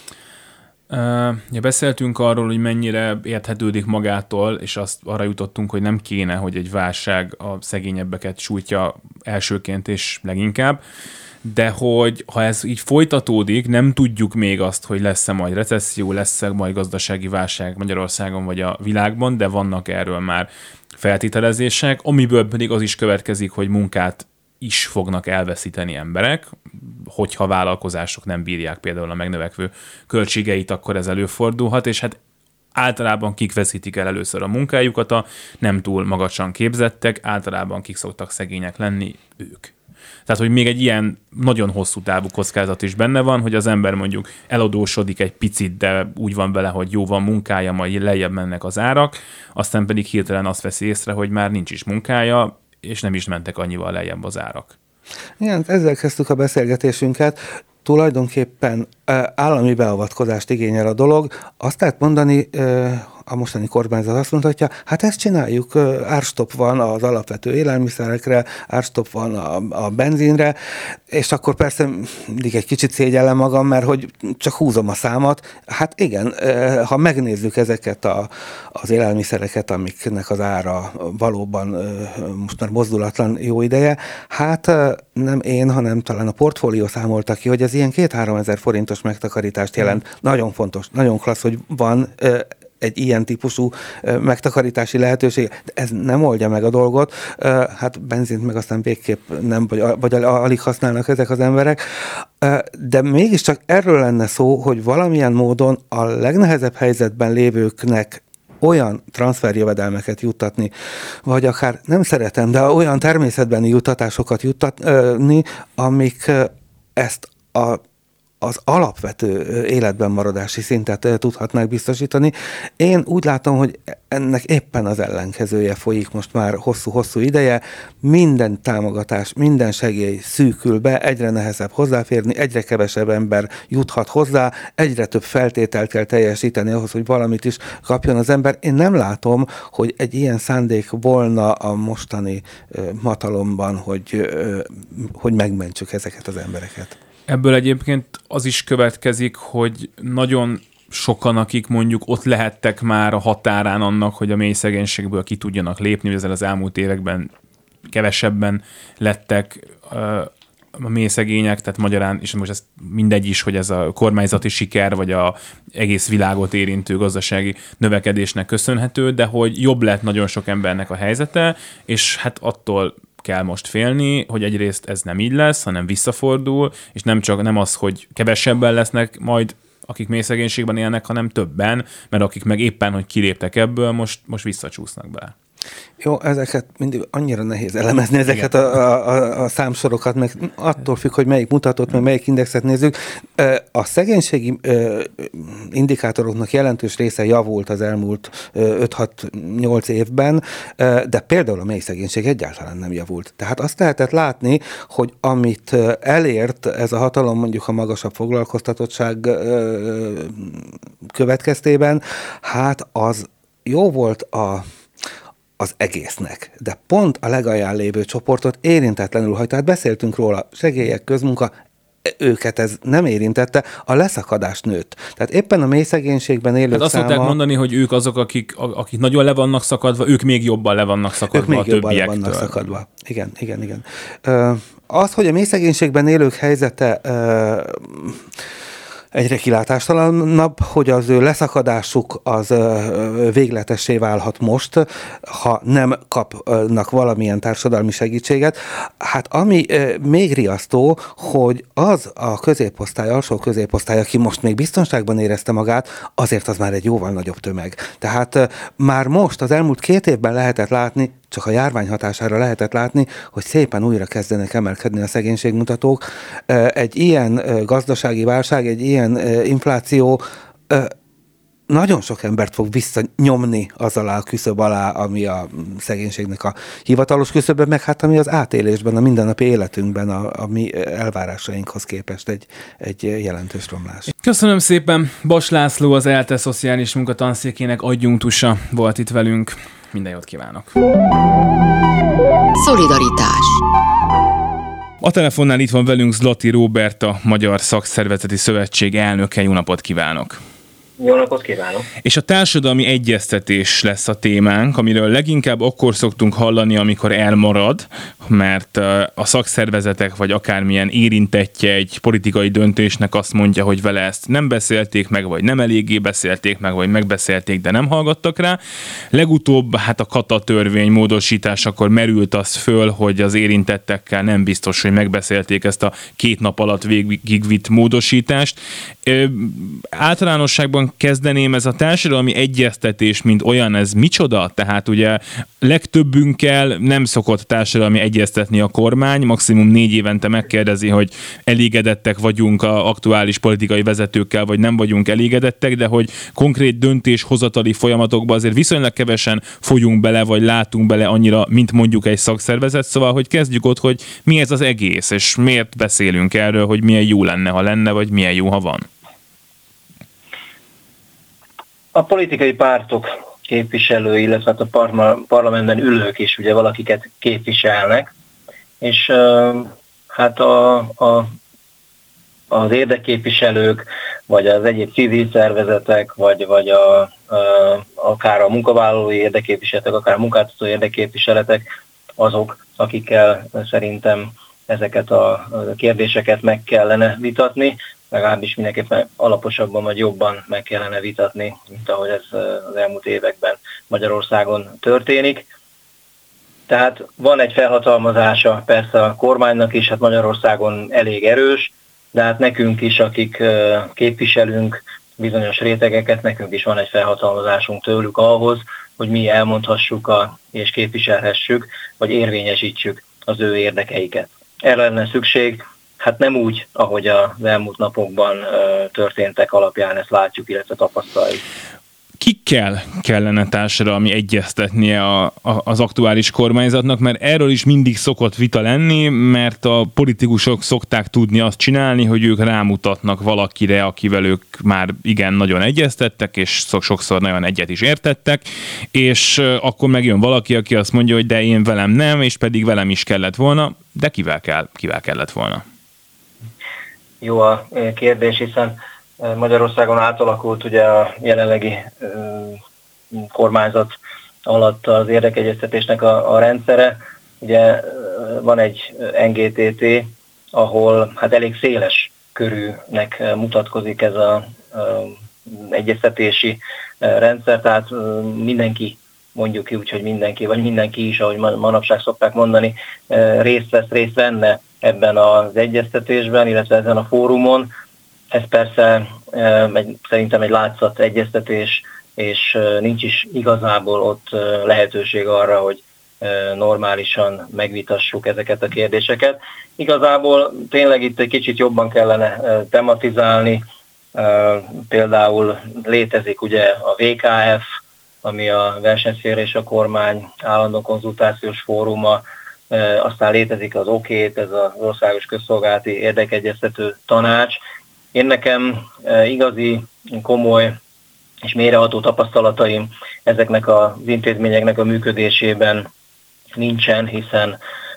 Beszéltünk arról, hogy mennyire érthetődik magától, és arra jutottunk, hogy nem kéne, hogy egy válság a szegényebbeket sújtja elsőként és leginkább, de hogy ha ez így folytatódik, nem tudjuk még azt, hogy lesz-e majd recesszió, lesz-e majd gazdasági válság Magyarországon vagy a világban, de vannak erről már feltételezések, amiből pedig az is következik, hogy munkát is fognak elveszíteni emberek, hogyha vállalkozások nem bírják például a megnövekvő költségeit, akkor ez előfordulhat, és hát általában kik veszítik el először a munkájukat, a nem túl magasan képzettek, általában kik szoktak szegények lenni, ők. Tehát, hogy még egy ilyen nagyon hosszú távú kockázat is benne van, hogy az ember mondjuk eladósodik egy picit, de úgy van vele, hogy jó van munkája, majd lejjebb mennek az árak, aztán pedig hirtelen azt veszi észre, hogy már nincs is munkája, és nem is mentek annyival lejjebb az árak. Igen, ezzel kezdtük a beszélgetésünket. Tulajdonképpen állami beavatkozást igényel a dolog. Azt lehet mondani, a mostani kormányzat azt mondhatja, hát ezt csináljuk, árstopp van az alapvető élelmiszerekre, árstopp van a benzinre, és akkor persze mindig egy kicsit szégyellem magam, mert hogy csak húzom a számat. Hát igen, ha megnézzük ezeket az élelmiszereket, amiknek az ára valóban most már mozdulatlan jó ideje, hát nem én, hanem talán a portfólió számolta ki, hogy ez ilyen 2-3 ezer forintos megtakarítást jelent. Nagyon fontos, nagyon klassz, hogy van egy ilyen típusú megtakarítási lehetőség, de ez nem oldja meg a dolgot, hát benzint meg aztán végképp nem, vagy alig használnak ezek az emberek, de mégiscsak erről lenne szó, hogy valamilyen módon a legnehezebb helyzetben lévőknek olyan transferjövedelmeket juttatni, vagy akár nem szeretem, de olyan természetbeni juttatásokat juttatni, amik ezt az alapvető életben maradási szintet tudhatnák biztosítani. Én úgy látom, hogy ennek éppen az ellenkezője folyik most már hosszú-hosszú ideje. Minden támogatás, minden segély szűkül be, egyre nehezebb hozzáférni, egyre kevesebb ember juthat hozzá, egyre több feltételt kell teljesíteni ahhoz, hogy valamit is kapjon az ember. Én nem látom, hogy egy ilyen szándék volna a mostani hatalomban, hogy megmentsük ezeket az embereket. Ebből egyébként az is következik, hogy nagyon sokan, akik mondjuk ott lehettek már a határán annak, hogy a mély szegénységből ki tudjanak lépni, ezzel az elmúlt években kevesebben lettek a mély szegények, tehát magyarán, és most ez mindegy is, hogy ez a kormányzati siker, vagy a egész világot érintő gazdasági növekedésnek köszönhető, de hogy jobb lett nagyon sok embernek a helyzete, és hát attól kell most félni, hogy egyrészt ez nem így lesz, hanem visszafordul, és nem az, hogy kevesebben lesznek majd, akik mély szegénységben élnek, hanem többen, mert akik meg éppen, hogy kiléptek ebből, most visszacsúsznak bele. Jó, ezeket mindig annyira nehéz elemezni, ezeket a számsorokat, meg attól függ, hogy melyik mutatót, meg melyik indexet nézzük. A szegénységi indikátoroknak jelentős része javult az elmúlt 5-6-8 évben, de például a mély szegénység egyáltalán nem javult. Tehát azt lehetett látni, hogy amit elért ez a hatalom mondjuk a magasabb foglalkoztatottság következtében, hát az jó volt az egésznek, de pont a legalján lévő csoportot érintetlenül hagyta. Tehát beszéltünk róla, segélyek, közmunka, őket ez nem érintette, a leszakadás nőtt. Tehát éppen a mély szegénységben élők száma... azt szokták mondani, hogy ők azok, akik nagyon le vannak szakadva, ők még jobban le vannak szakadva a többiektől. Ők még jobban le vannak szakadva. Igen. Az, hogy a mély szegénységben élők helyzete egyre kilátástalanabb, hogy az ő leszakadásuk az végletessé válhat most, ha nem kapnak valamilyen társadalmi segítséget. Hát ami még riasztó, hogy az a középosztály, alsó középosztály, aki most még biztonságban érezte magát, azért az már egy jóval nagyobb tömeg. Tehát már most, az elmúlt 2 évben lehetett látni, csak a járvány hatására lehetett látni, hogy szépen újra kezdenek emelkedni a szegénységmutatók. Egy ilyen gazdasági válság, egy ilyen infláció nagyon sok embert fog visszanyomni az alá a küszöb alá, ami a szegénységnek a hivatalos küszöbe, meg hát ami az átélésben, a mindennapi életünkben a mi elvárásainkhoz képest egy jelentős romlás. Köszönöm szépen. Bas László, az ELTE Szociális Munkatanszékének adjunktusa volt itt velünk. Minden jót kívánok! Szolidaritás. A telefonnál itt van velünk Zlati Róbert, a Magyar Szakszervezeti Szövetség elnöke. Jó napot kívánok! Jó napot kívánok! És a társadalmi egyeztetés lesz a témánk, amiről leginkább akkor szoktunk hallani, amikor elmarad, mert a szakszervezetek vagy akármilyen érintettje egy politikai döntésnek azt mondja, hogy vele ezt nem beszélték meg, vagy nem eléggé beszélték meg, vagy megbeszélték, de nem hallgattak rá. Legutóbb hát a Kata törvény módosításakor merült az föl, hogy az érintettekkel nem biztos, hogy megbeszélték ezt a 2 nap alatt végigvitt módosítást. Általánosságban kezdeném, ez a társadalmi egyeztetés, mint olyan, ez micsoda? Tehát ugye legtöbbünkkel nem szokott társadalmi egyeztetni a kormány, maximum 4 évente megkérdezi, hogy elégedettek vagyunk az aktuális politikai vezetőkkel, vagy nem vagyunk elégedettek, de hogy konkrét döntéshozatali folyamatokba azért viszonylag kevesen folyunk bele, vagy látunk bele annyira, mint mondjuk egy szakszervezet. Szóval, hogy kezdjük ott, hogy mi ez az egész, és miért beszélünk erről, hogy milyen jó lenne, ha lenne, vagy milyen jó, ha van. A politikai pártok képviselői, illetve a parlamentben ülők is ugye valakiket képviselnek, és hát az érdekképviselők, vagy az egyéb civil szervezetek, vagy akár a munkavállalói érdekképviseletek, akár a munkáltató érdekképviseletek azok, akikkel szerintem ezeket a kérdéseket meg kellene vitatni, legalábbis mindenképpen alaposabban vagy jobban meg kellene vitatni, mint ahogy ez az elmúlt években Magyarországon történik. Tehát van egy felhatalmazása persze a kormánynak is, hát Magyarországon elég erős, de hát nekünk is, akik képviselünk bizonyos rétegeket, nekünk is van egy felhatalmazásunk tőlük ahhoz, hogy mi elmondhassuk és képviselhessük, vagy érvényesítsük az ő érdekeiket. Erre lenne szükség, hát nem úgy, ahogy az elmúlt napokban történtek alapján ezt látjuk, illetve tapasztaljuk. Kikkel kellene társadalmi egyeztetnie az aktuális kormányzatnak, mert erről is mindig szokott vita lenni, mert a politikusok szokták tudni azt csinálni, hogy ők rámutatnak valakire, akivel ők már igen nagyon egyeztettek, és sokszor nagyon egyet is értettek, és akkor megjön valaki, aki azt mondja, hogy de én velem nem, és pedig velem is kellett volna, de kivel kellett volna? Jó a kérdés, hiszen Magyarországon átalakult ugye a jelenlegi kormányzat alatt az érdekegyeztetésnek a rendszere. Ugye van egy NGTT, ahol hát elég széles körűnek mutatkozik ez az egyeztetési rendszer, tehát mindenki, mondjuk ki úgy, hogy mindenki, vagy mindenki is, ahogy manapság szokták mondani, részt venne ebben az egyeztetésben, illetve ezen a fórumon. Ez persze szerintem egy látszat egyeztetés, és nincs is igazából ott lehetőség arra, hogy normálisan megvitassuk ezeket a kérdéseket. Igazából tényleg itt egy kicsit jobban kellene tematizálni, például létezik ugye a VKF, ami a versenyszféra és a kormány állandó konzultációs fóruma, aztán létezik az OKÉT, ez az Országos Közszolgálati Érdekegyeztető Tanács. Én nekem igazi, komoly és mélyreható tapasztalataim ezeknek az intézményeknek a működésében nincsen, hiszen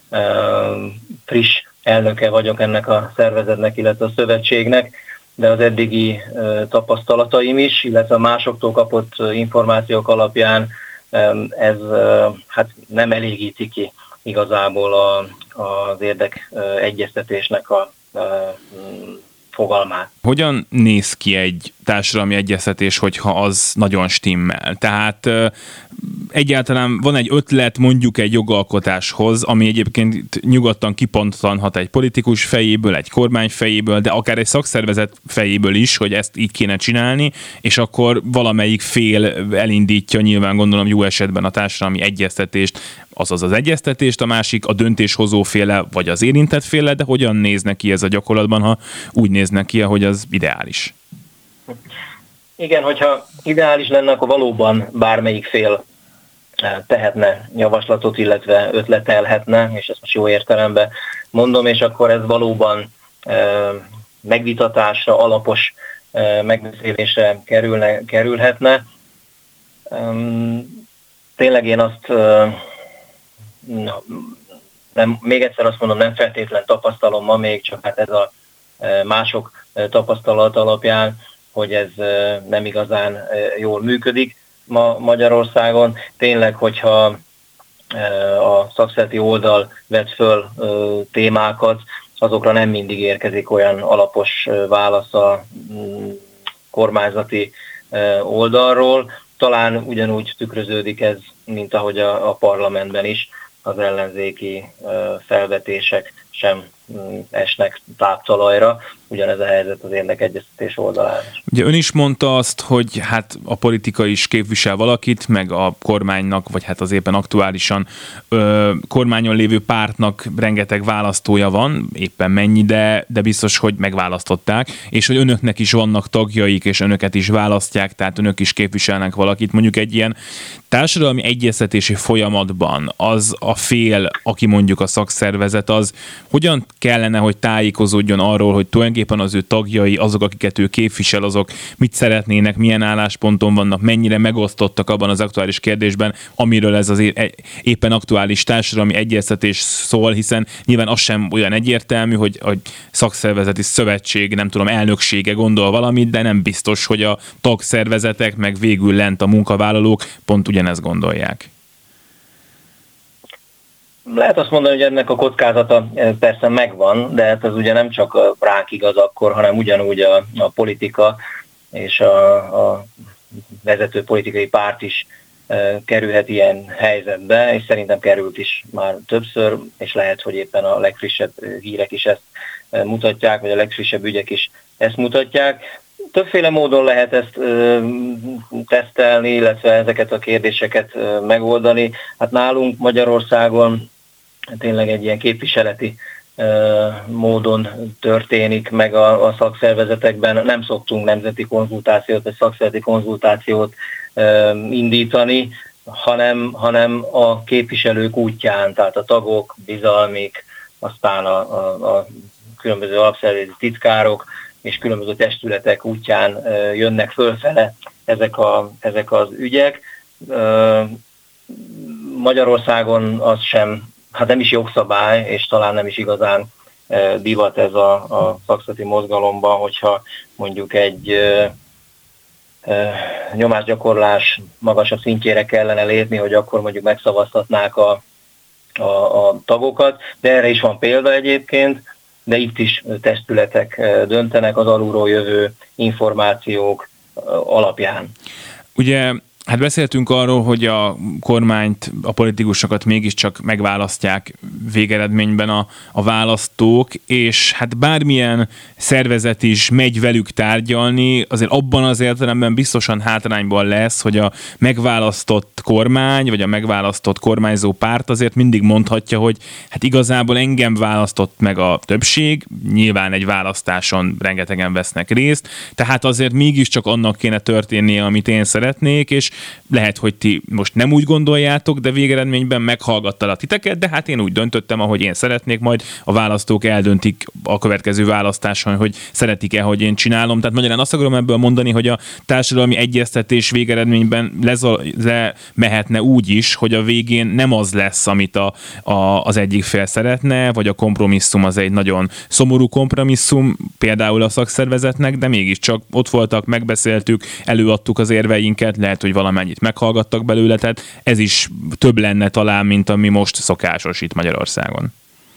friss elnöke vagyok ennek a szervezetnek, illetve a szövetségnek, de az eddigi tapasztalataim is, illetve a másoktól kapott információk alapján ez hát nem elégíti ki igazából az érdekegyeztetésnek a fogalmát. Hogyan néz ki egy társadalmi egyeztetés, hogyha az nagyon stimmel? Tehát egyáltalán van egy ötlet mondjuk egy jogalkotáshoz, ami egyébként nyugodtan kipontlanhat egy politikus fejéből, egy kormány fejéből, de akár egy szakszervezet fejéből is, hogy ezt így kéne csinálni, és akkor valamelyik fél elindítja, nyilván gondolom jó esetben a társadalmi egyeztetést, azaz az egyeztetést, a másik a döntéshozó féle, vagy az érintett féle, de hogyan nézne ki ez a gyakorlatban, ha úgy nézne ki, ahogy az ideális? Igen, hogyha ideális lenne, akkor valóban bármelyik fél tehetne javaslatot, illetve ötletelhetne, és ezt most jó értelemben mondom, és akkor ez valóban megvitatásra, alapos megbeszélésre kerülhetne. Tényleg én azt, még egyszer azt mondom, nem feltétlen tapasztalom ma még, csak hát ez a mások tapasztalat alapján, hogy ez nem igazán jól működik ma Magyarországon. Tényleg, hogyha a szakszervezeti oldal vett föl témákat, azokra nem mindig érkezik olyan alapos válasz a kormányzati oldalról. Talán ugyanúgy tükröződik ez, mint ahogy a parlamentben is, az ellenzéki felvetések sem esnek táptalajra, ugyanez a helyzet az érdekegyeztetés oldalán. Ugye ön is mondta azt, hogy hát a politika is képvisel valakit, meg a kormánynak, vagy hát az éppen aktuálisan kormányon lévő pártnak rengeteg választója van, éppen mennyi, de biztos, hogy megválasztották, és hogy önöknek is vannak tagjaik, és önöket is választják, tehát önök is képviselnek valakit. Mondjuk egy ilyen társadalmi egyeztetési folyamatban az a fél, aki mondjuk a szakszervezet, az hogyan kellene, hogy tájékozódjon arról, hogy tulajdonképpen az ő tagjai, azok, akiket ő képvisel, azok mit szeretnének, milyen állásponton vannak, mennyire megosztottak abban az aktuális kérdésben, amiről ez az éppen aktuális társadalmi egyeztetés szól, hiszen nyilván az sem olyan egyértelmű, hogy a szakszervezeti szövetség, nem tudom, elnöksége gondol valamit, de nem biztos, hogy a tagszervezetek, meg végül lent a munkavállalók pont ugyanezt gondolják. Lehet azt mondani, hogy ennek a kockázata persze megvan, de hát ez ugye nem csak ránk igaz akkor, hanem ugyanúgy a politika és a vezető politikai párt is kerülhet ilyen helyzetbe, és szerintem került is már többször, és lehet, hogy éppen a legfrissebb hírek is ezt mutatják, vagy a legfrissebb ügyek is ezt mutatják. Többféle módon lehet ezt tesztelni, illetve ezeket a kérdéseket megoldani. Hát nálunk Magyarországon tényleg egy ilyen képviseleti módon történik meg a szakszervezetekben. Nem szoktunk nemzeti konzultációt vagy szakszervezeti konzultációt indítani, hanem a képviselők útján, tehát a tagok, bizalmik, aztán a különböző alapszervezeti titkárok és különböző testületek útján jönnek fölfele ezek az ügyek. Magyarországon az sem, hát nem is jogszabály, és talán nem is igazán divat ez a szakszervezeti mozgalomban, hogyha mondjuk egy nyomásgyakorlás magasabb szintjére kellene lépni, hogy akkor mondjuk megszavaztatnák a tagokat, de erre is van példa egyébként, de itt is testületek döntenek az alulról jövő információk alapján. Ugye, hát beszéltünk arról, hogy a kormányt, a politikusokat mégiscsak megválasztják végeredményben a választók, és hát bármilyen szervezet is megy velük tárgyalni, azért abban az értelemben biztosan hátrányban lesz, hogy a megválasztott kormány, vagy a megválasztott kormányzó párt azért mindig mondhatja, hogy hát igazából engem választott meg a többség, nyilván egy választáson rengetegen vesznek részt, tehát azért mégiscsak annak kéne történnie, amit én szeretnék, és lehet, hogy ti most nem úgy gondoljátok, de végeredményben meghallgattalak titeket, de hát én úgy döntöttem, ahogy én szeretnék, majd a választók eldöntik a következő választáson, hogy szeretik-e, hogy én csinálom. Tehát magyarán azt akarom ebből mondani, hogy a társadalmi egyeztetés végeredményben lemehetne úgy is, hogy a végén nem az lesz, amit az egyik fél szeretne, vagy a kompromisszum az egy nagyon szomorú kompromisszum, például a szakszervezetnek, de mégiscsak ott voltak, megbeszéltük, előadtuk az érveinket, lehet, hogy valamennyit meghallgattak belőle, tehát ez is több lenne talán, mint ami most szokásos itt Magyarországon.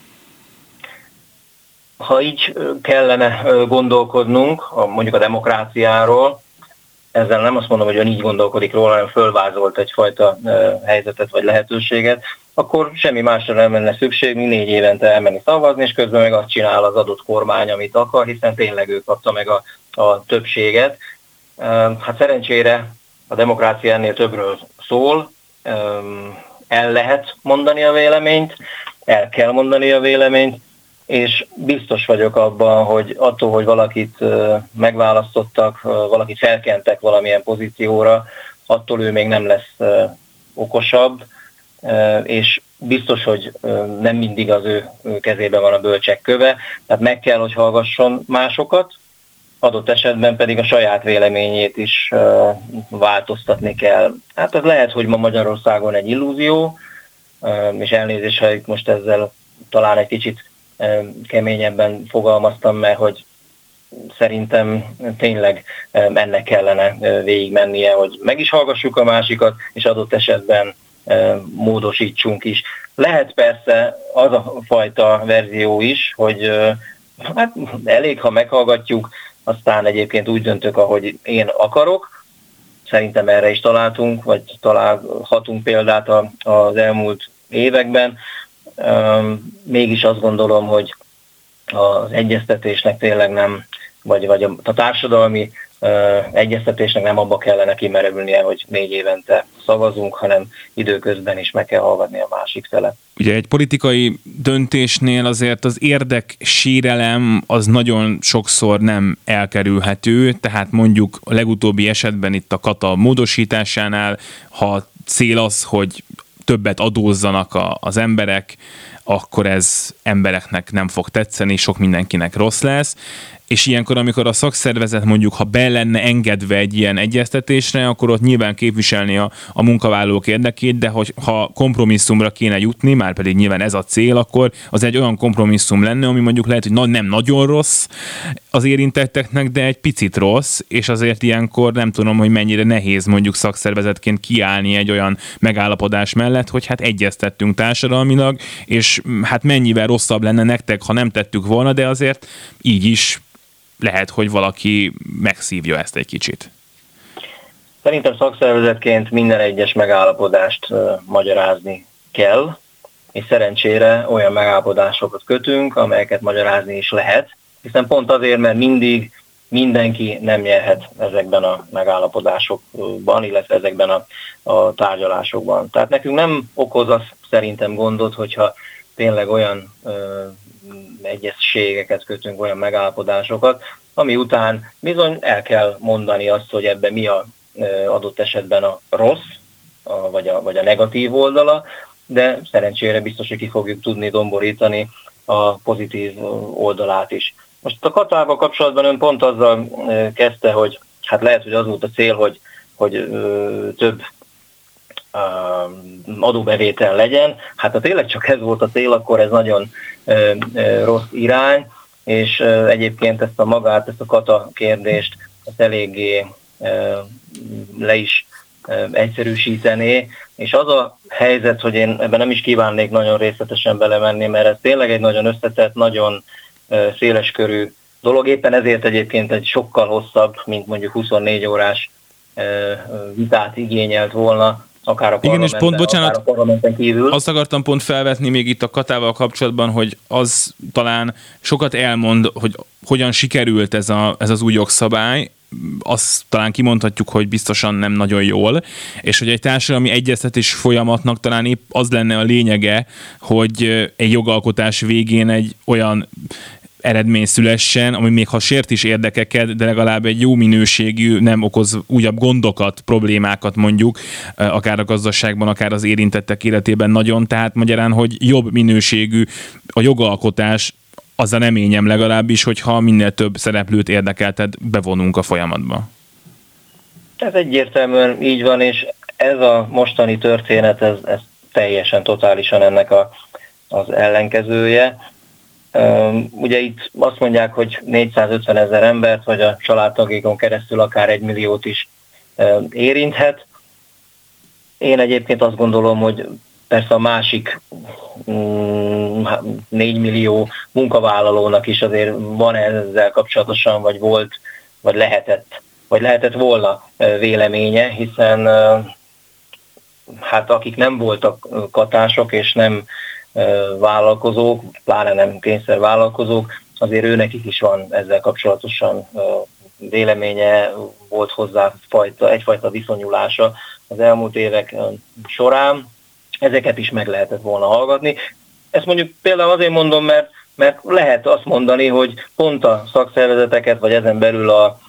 Ha így kellene gondolkodnunk, mondjuk a demokráciáról, ezzel nem azt mondom, hogy ön így gondolkodik róla, hanem fölvázolt egyfajta helyzetet vagy lehetőséget, akkor semmi másra nem lenne szükség, mint 4 évente elmenni szavazni, és közben meg azt csinál az adott kormány, amit akar, hiszen tényleg ő kapta meg a többséget. Hát szerencsére a demokrácia ennél többről szól, el lehet mondani a véleményt, el kell mondani a véleményt, és biztos vagyok abban, hogy attól, hogy valakit megválasztottak, valakit felkentek valamilyen pozícióra, attól ő még nem lesz okosabb, és biztos, hogy nem mindig az ő kezében van a bölcsek köve, tehát meg kell, hogy hallgasson másokat, adott esetben pedig a saját véleményét is változtatni kell. Hát ez lehet, hogy ma Magyarországon egy illúzió, és elnézést, ha itt most ezzel talán egy kicsit keményebben fogalmaztam, mert hogy szerintem tényleg ennek kellene végigmennie, hogy meg is hallgassuk a másikat, és adott esetben módosítsunk is. Lehet persze az a fajta verzió is, hogy hát elég, ha meghallgatjuk, aztán egyébként úgy döntök, ahogy én akarok. Szerintem erre is találtunk, vagy találhatunk példát az elmúlt években. Mégis azt gondolom, hogy az egyeztetésnek tényleg nem, vagy a társadalmi egyeztetésnek nem abba kellene kimerülnie, hogy 4 évente szavazunk, hanem időközben is meg kell hallgatni a másik felet. Ugye egy politikai döntésnél azért az érdeksérelem az nagyon sokszor nem elkerülhető, tehát mondjuk a legutóbbi esetben itt a kata módosításánál, ha cél az, hogy többet adózzanak az emberek, akkor ez embereknek nem fog tetszeni, sok mindenkinek rossz lesz. És ilyenkor, amikor a szakszervezet mondjuk, ha be lenne engedve egy ilyen egyeztetésre, akkor ott nyilván képviselni a munkavállalók érdekét, de ha kompromisszumra kéne jutni, már pedig nyilván ez a cél, akkor az egy olyan kompromisszum lenne, ami mondjuk lehet, hogy nem nagyon rossz az érintetteknek, de egy picit rossz, és azért ilyenkor nem tudom, hogy mennyire nehéz mondjuk szakszervezetként kiállni egy olyan megállapodás mellett, hogy hát egyeztettünk társadalmilag, és hát mennyivel rosszabb lenne nektek, ha nem tettük volna, de azért így is lehet, hogy valaki megszívja ezt egy kicsit. Szerintem szakszervezetként minden egyes megállapodást magyarázni kell, és szerencsére olyan megállapodásokat kötünk, amelyeket magyarázni is lehet, hiszen pont azért, mert mindig mindenki nem nyerhet ezekben a megállapodásokban, illetve ezekben a tárgyalásokban. Tehát nekünk nem okoz az szerintem gondot, hogyha tényleg olyan egyességeket kötünk, olyan megállapodásokat, ami után bizony el kell mondani azt, hogy ebben mi a adott esetben a rossz, vagy a negatív oldala, de szerencsére biztos, hogy ki fogjuk tudni domborítani a pozitív oldalát is. Most a Katával kapcsolatban ön pont azzal kezdte, hogy hát lehet, hogy az volt a cél, hogy több adóbevétel legyen. Hát ha tényleg csak ez volt a cél, akkor ez nagyon rossz irány, és egyébként ezt a Kata kérdést ezt eléggé le is egyszerűsítené, és az a helyzet, hogy én ebben nem is kívánnék nagyon részletesen belemenni, mert ez tényleg egy nagyon összetett, nagyon széleskörű dolog, éppen ezért egyébként egy sokkal hosszabb, mint mondjuk 24 órás vitát igényelt volna, akár a parlamenten kívül. Azt akartam pont felvetni még itt a Katával kapcsolatban, hogy az talán sokat elmond, hogy hogyan sikerült ez az új jogszabály, azt talán kimondhatjuk, hogy biztosan nem nagyon jól, és hogy egy társadalmi egyeztetés folyamatnak talán épp az lenne a lényege, hogy egy jogalkotás végén egy olyan eredmény szülessen, ami még ha sért is érdekeket, de legalább egy jó minőségű, nem okoz újabb gondokat, problémákat mondjuk, akár a gazdaságban, akár az érintettek életében nagyon, tehát magyarán, hogy jobb minőségű a jogalkotás, az a reményem legalábbis, hogyha minél több szereplőt érdekeltet bevonunk a folyamatba. Ez egyértelműen így van, és ez a mostani történet, ez teljesen, totálisan ennek az ellenkezője. Ugye itt azt mondják, hogy 450 000 embert, vagy a családtagjékon keresztül akár 1 milliót is érinthet. Én egyébként azt gondolom, hogy persze a másik 4 millió munkavállalónak is azért van ezzel kapcsolatosan, vagy volt, vagy lehetett volna véleménye, hiszen hát akik nem voltak katások és nem vállalkozók, pláne nem kényszervállalkozók, azért őnekik is van ezzel kapcsolatosan véleménye, volt hozzá egyfajta viszonyulása az elmúlt évek során. Ezeket is meg lehetett volna hallgatni. Ezt mondjuk például azért mondom, mert lehet azt mondani, hogy pont a szakszervezeteket, vagy ezen belül a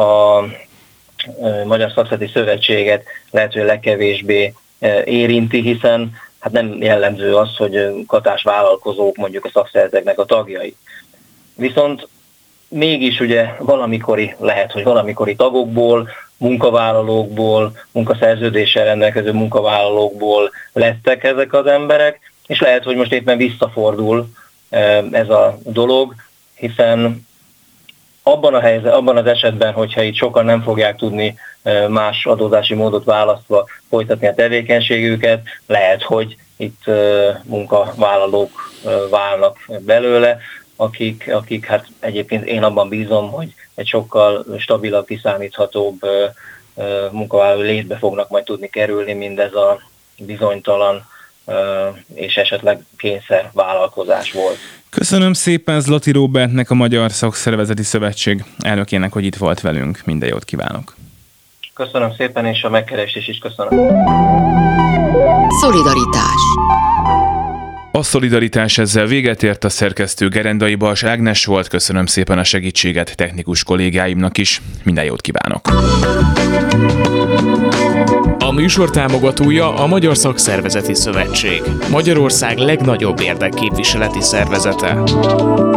Magyar Szakszervezeti Szövetséget lehet, hogy legkevésbé érinti, hiszen hát nem jellemző az, hogy katás vállalkozók mondjuk a szakszervezeteknek a tagjai. Viszont mégis ugye lehet, hogy valamikori tagokból, munkavállalókból, munkaszerződéssel rendelkező munkavállalókból lettek ezek az emberek, és lehet, hogy most éppen visszafordul ez a dolog, hiszen abban az esetben, hogyha itt sokan nem fogják tudni más adózási módot választva folytatni a tevékenységüket, lehet, hogy itt munkavállalók válnak belőle, akik hát egyébként én abban bízom, hogy egy sokkal stabilabb, kiszámíthatóbb munkavállaló létbe fognak majd tudni kerülni, mindez a bizonytalan és esetleg kényszer vállalkozás volt. Köszönöm szépen Zloty Róbertnek, a Magyar Szakszervezeti Szövetség elnökének, hogy itt volt velünk. Minden jót kívánok! Köszönöm szépen, és a megkeresést is köszönöm. Szolidaritás. A szolidaritás ezzel véget ért, a szerkesztő Gerendai Bals Ágnes volt, köszönöm szépen a segítséget technikus kollégáimnak is, minden jót kívánok! A műsor támogatója a Magyar Szakszervezeti Szövetség, Magyarország legnagyobb érdekképviseleti szervezete.